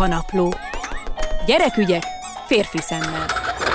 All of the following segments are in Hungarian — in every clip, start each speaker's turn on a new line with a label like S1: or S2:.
S1: Apanapló. Gyerekügyek férfi szemmel.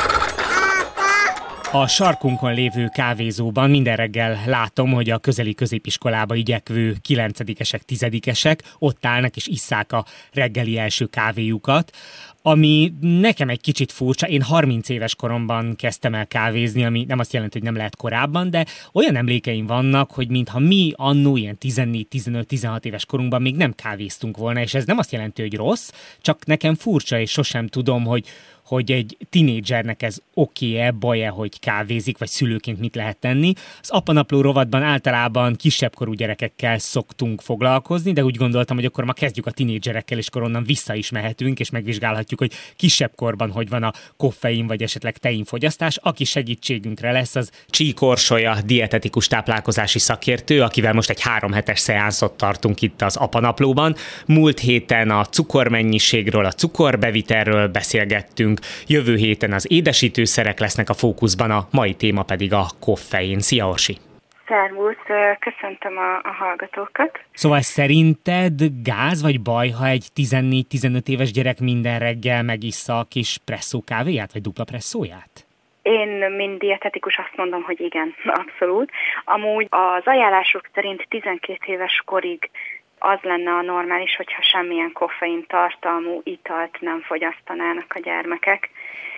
S2: A sarkunkon lévő kávézóban minden reggel látom, hogy a közeli középiskolába igyekvő 9-esek, 10-esek ott állnak és isszák a reggeli első kávéjukat, ami nekem egy kicsit furcsa. Én 30 éves koromban kezdtem el kávézni, ami nem azt jelenti, hogy nem lehet korábban, de olyan emlékeim vannak, hogy mintha mi annó ilyen 14, 15, 16 éves korunkban még nem kávéztunk volna, és ez nem azt jelenti, hogy rossz, csak nekem furcsa, és sosem tudom, hogy egy tinédzsernek ez oké-e, baj-e, hogy kávézik, vagy szülőként mit lehet tenni. Az Apanapló rovatban általában kisebbkorú gyerekekkel szoktunk foglalkozni, de úgy gondoltam, hogy akkor ma kezdjük a tinédzserekkel, és akkor onnan vissza is mehetünk, és megvizsgálhatjuk, hogy kisebb korban hogy van a koffein, vagy esetleg teinfogyasztás. Aki segítségünkre lesz, az Csík Orsolya, dietetikus táplálkozási szakértő, akivel most egy 3 hetes szeánszot tartunk itt az Apanaplóban. Múlt héten a cukormennyiségről, a cukorbevitelről beszélgettünk, jövő héten az édesítőszerek lesznek a fókuszban, a mai téma pedig a koffein. Szia, Orsi!
S3: Szervusz, köszöntöm a hallgatókat.
S2: Szóval szerinted gáz vagy baj, ha egy 14-15 éves gyerek minden reggel megissza a kis presszó kávéját, vagy dupla presszóját?
S3: Én, mint dietetikus azt mondom, hogy igen, abszolút. Amúgy az ajánlások szerint 12 éves korig az lenne a normális, hogyha semmilyen koffein tartalmú italt nem fogyasztanának a gyermekek,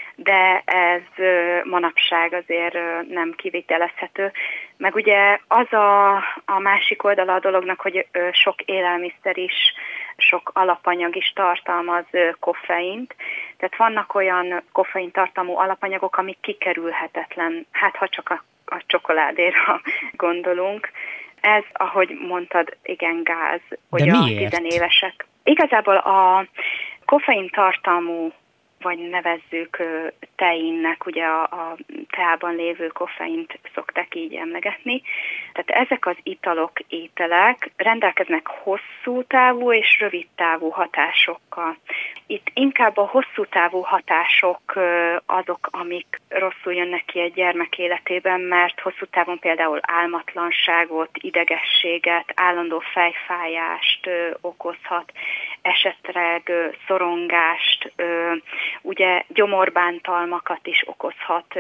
S3: de ez manapság azért nem kivitelezhető. Meg ugye az a másik oldala a dolognak, hogy sok élelmiszer is, sok alapanyag is tartalmaz koffeint, tehát vannak olyan koffein tartalmú alapanyagok, amik kikerülhetetlen, hát ha csak a csokoládéra gondolunk. Ez, ahogy mondtad, igen, gáz, hogy a tizenévesek. Igazából a koffein tartalmú, vagy nevezzük teinnek, ugye a teában lévő koffeint szokták így emlegetni. Tehát ezek az italok, ételek rendelkeznek hosszú távú és rövid távú hatásokkal. Itt inkább a hosszú távú hatások azok, amik rosszul jönnek ki egy gyermek életében, mert hosszú távon például álmatlanságot, idegességet, állandó fejfájást okozhat, esetleg szorongást, ugye gyomorbántalmakat is okozhat,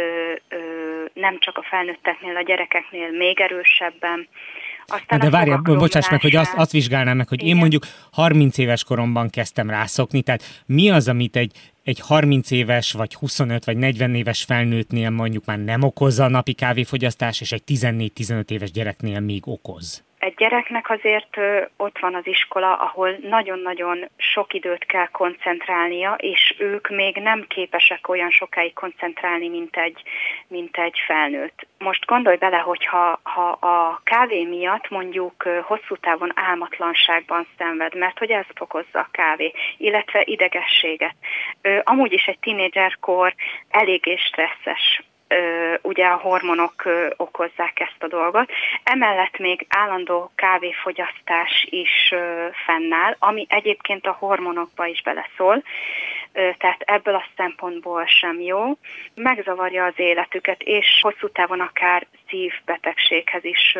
S3: nem csak a felnőtteknél, a gyerekeknél még erősebben. Aztán
S2: de várjál, bocsáss meg, hogy azt vizsgálnám meg, hogy igen. Én mondjuk 30 éves koromban kezdtem rászokni, tehát mi az, amit egy 30 éves, vagy 25, vagy 40 éves felnőttnél mondjuk már nem okoz a napi kávéfogyasztás, és egy 14-15 éves gyereknél még okoz?
S3: Egy gyereknek azért ott van az iskola, ahol nagyon-nagyon sok időt kell koncentrálnia, és ők még nem képesek olyan sokáig koncentrálni, mint egy felnőtt. Most gondolj bele, hogy ha a kávé miatt mondjuk hosszú távon álmatlanságban szenved, mert hogy ez okozza a kávé, illetve idegességet. Amúgy is egy tínédzserkor eléggé stresszes. Ugye a hormonok okozzák ezt a dolgot. Emellett még állandó kávéfogyasztás is fennáll, ami egyébként a hormonokba is beleszól, tehát ebből a szempontból sem jó. Megzavarja az életüket, és hosszú távon akár szívbetegséghez is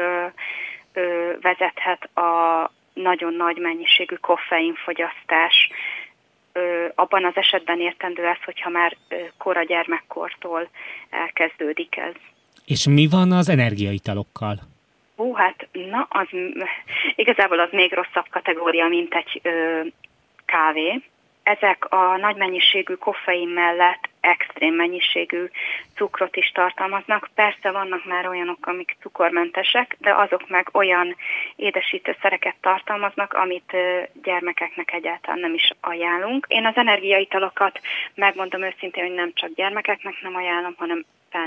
S3: vezethet a nagyon nagy mennyiségű koffeinfogyasztás. Abban az esetben értendő ez, hogyha már kora gyermekkortól elkezdődik ez.
S2: És mi van az energiaitalokkal?
S3: Hát az igazából az még rosszabb kategória, mint egy kávé. Ezek a nagy mennyiségű koffein mellett extrém mennyiségű cukrot is tartalmaznak. Persze vannak már olyanok, amik cukormentesek, de azok meg olyan édesítőszereket tartalmaznak, amit gyermekeknek egyáltalán nem is ajánlunk. Én az energiaitalokat megmondom őszintén, hogy nem csak gyermekeknek nem ajánlom, hanem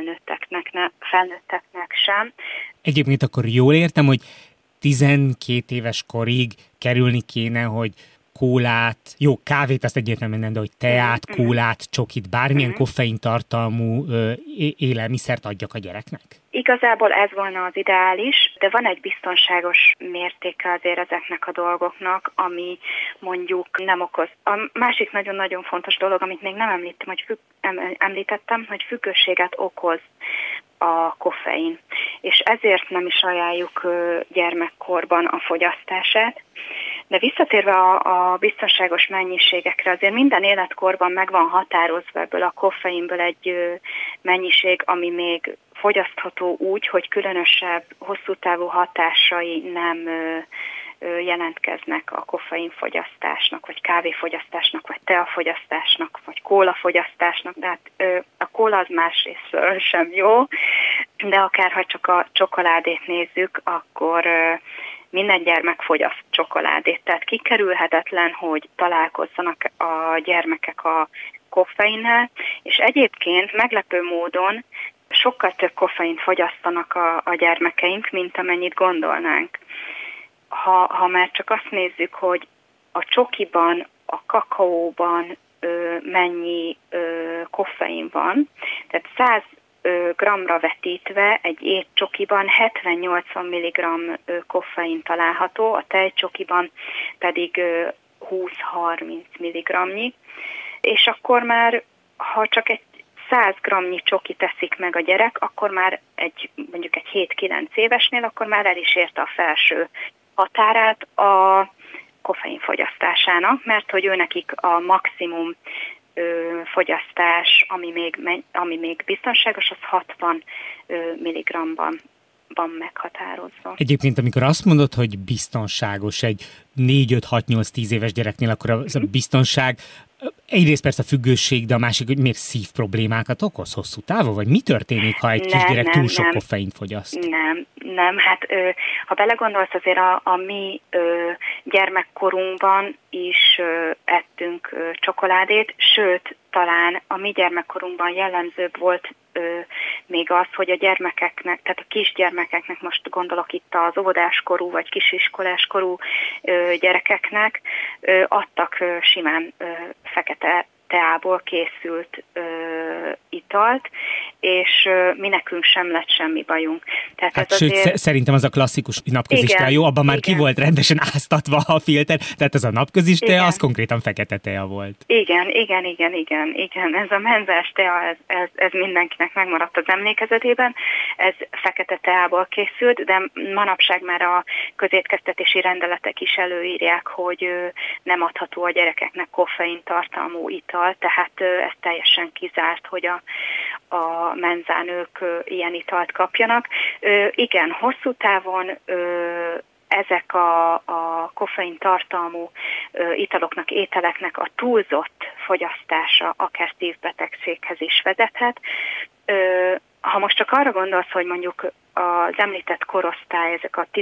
S3: felnőtteknek sem.
S2: Egyébként akkor jól értem, hogy 12 éves korig kerülni kéne, hogy kólát, jó, kávét azt egyértelműen nem, de hogy teát, kólát, csokit, bármilyen koffeintartalmú élelmiszert adjak a gyereknek?
S3: Igazából ez volna az ideális, de van egy biztonságos mértéke azért ezeknek a dolgoknak, ami mondjuk nem okoz. A másik nagyon-nagyon fontos dolog, amit még nem említettem, hogy függőséget okoz a koffein. És ezért nem is ajánljuk gyermekkorban a fogyasztását. De visszatérve a biztonságos mennyiségekre, azért minden életkorban meg van határozva ebből a koffeinből egy mennyiség, ami még fogyasztható úgy, hogy különösebb, hosszú távú hatásai nem jelentkeznek a koffeinfogyasztásnak, vagy kávéfogyasztásnak, vagy teafogyasztásnak, vagy kólafogyasztásnak, de hát a kóla az másrésztről sem jó, de akár ha csak a csokoládét nézzük, akkor minden gyermek fogyaszt csokoládét, tehát kikerülhetetlen, hogy találkozzanak a gyermekek a koffeinnel, és egyébként meglepő módon sokkal több koffeint fogyasztanak a gyermekeink, mint amennyit gondolnánk. Ha már csak azt nézzük, hogy a csokiban, a kakaóban mennyi koffein van, tehát 100 grammra vetítve egy étcsokiban 70-80 mg koffein található, a tejcsokiban pedig 20-30 mg-nyi, és akkor már, ha csak egy 100 g-nyi csoki teszik meg a gyerek, akkor már mondjuk egy 7-9 évesnél, akkor már el is érte a felső határát a koffein fogyasztásának, mert hogy őnekik a maximum fogyasztás, ami még biztonságos, az 60 mg-ban van meghatározva.
S2: Egyébként, amikor azt mondod, hogy biztonságos egy 4-5-6-8-10 éves gyereknél, akkor az a biztonság egyrészt persze a függőség, de a másik, hogy miért szív problémákat okoz hosszú távon? Vagy mi történik, ha egy kisgyerek túl sok koffeint fogyaszt?
S3: Nem. Hát ha belegondolsz, azért a mi gyermekkorunkban is ettünk csokoládét, sőt, talán a mi gyermekkorunkban jellemzőbb volt még az, hogy a gyermekeknek, tehát a kisgyermekeknek, most gondolok itt az óvodáskorú vagy kisiskoláskorú gyerekeknek adtak simán fekete teából készült italt, és mi nekünk sem lett semmi bajunk. Tehát
S2: hát sőt, azért... szerintem az a klasszikus napközis tea, jó, abban már ki volt rendesen áztatva a filter, tehát ez a napközis tea, az konkrétan fekete tea volt.
S3: Igen, ez a menzás tea, ez mindenkinek megmaradt az emlékezetében, ez fekete teából készült, de manapság már a közétkeztetési rendeletek is előírják, hogy nem adható a gyerekeknek koffein tartalmú ital, tehát ez teljesen kizárt, hogy a menzán ők ilyen italt kapjanak. Igen, hosszú távon ezek a koffein tartalmú italoknak, ételeknek a túlzott fogyasztása akár szívbetegséghez is vezethet. Ha most csak arra gondolsz, hogy mondjuk az említett korosztály, ezek a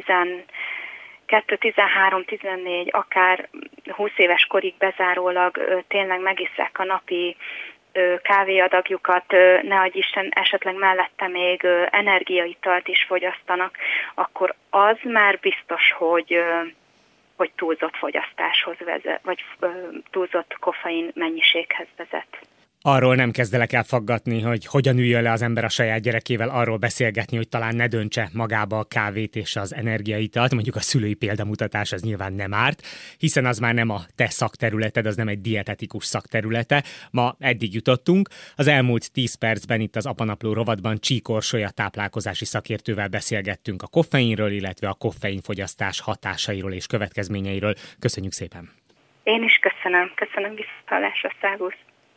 S3: 12, 13, 14, akár 20 éves korig bezárólag tényleg megisszák a napi kávéadagjukat, ne adj Isten, esetleg mellette még energiaitalt is fogyasztanak, akkor az már biztos, hogy túlzott fogyasztáshoz vezet, vagy túlzott koffein mennyiséghez vezet.
S2: Arról nem kezdelek el faggatni, hogy hogyan üljön le az ember a saját gyerekével arról beszélgetni, hogy talán ne döntse magába a kávét és az energiaitalt, mondjuk a szülői példamutatás az nyilván nem árt, hiszen az már nem a te szakterületed, az nem egy dietetikus szakterülete. Ma eddig jutottunk. Az elmúlt 10 percben itt az Apanapló rovatban Csík Orsolya táplálkozási szakértővel beszélgettünk a koffeinről, illetve a koffeinfogyasztás hatásairól és következményeiről. Köszönjük szépen!
S3: Én is köszönöm viszontlátásra, szervusz!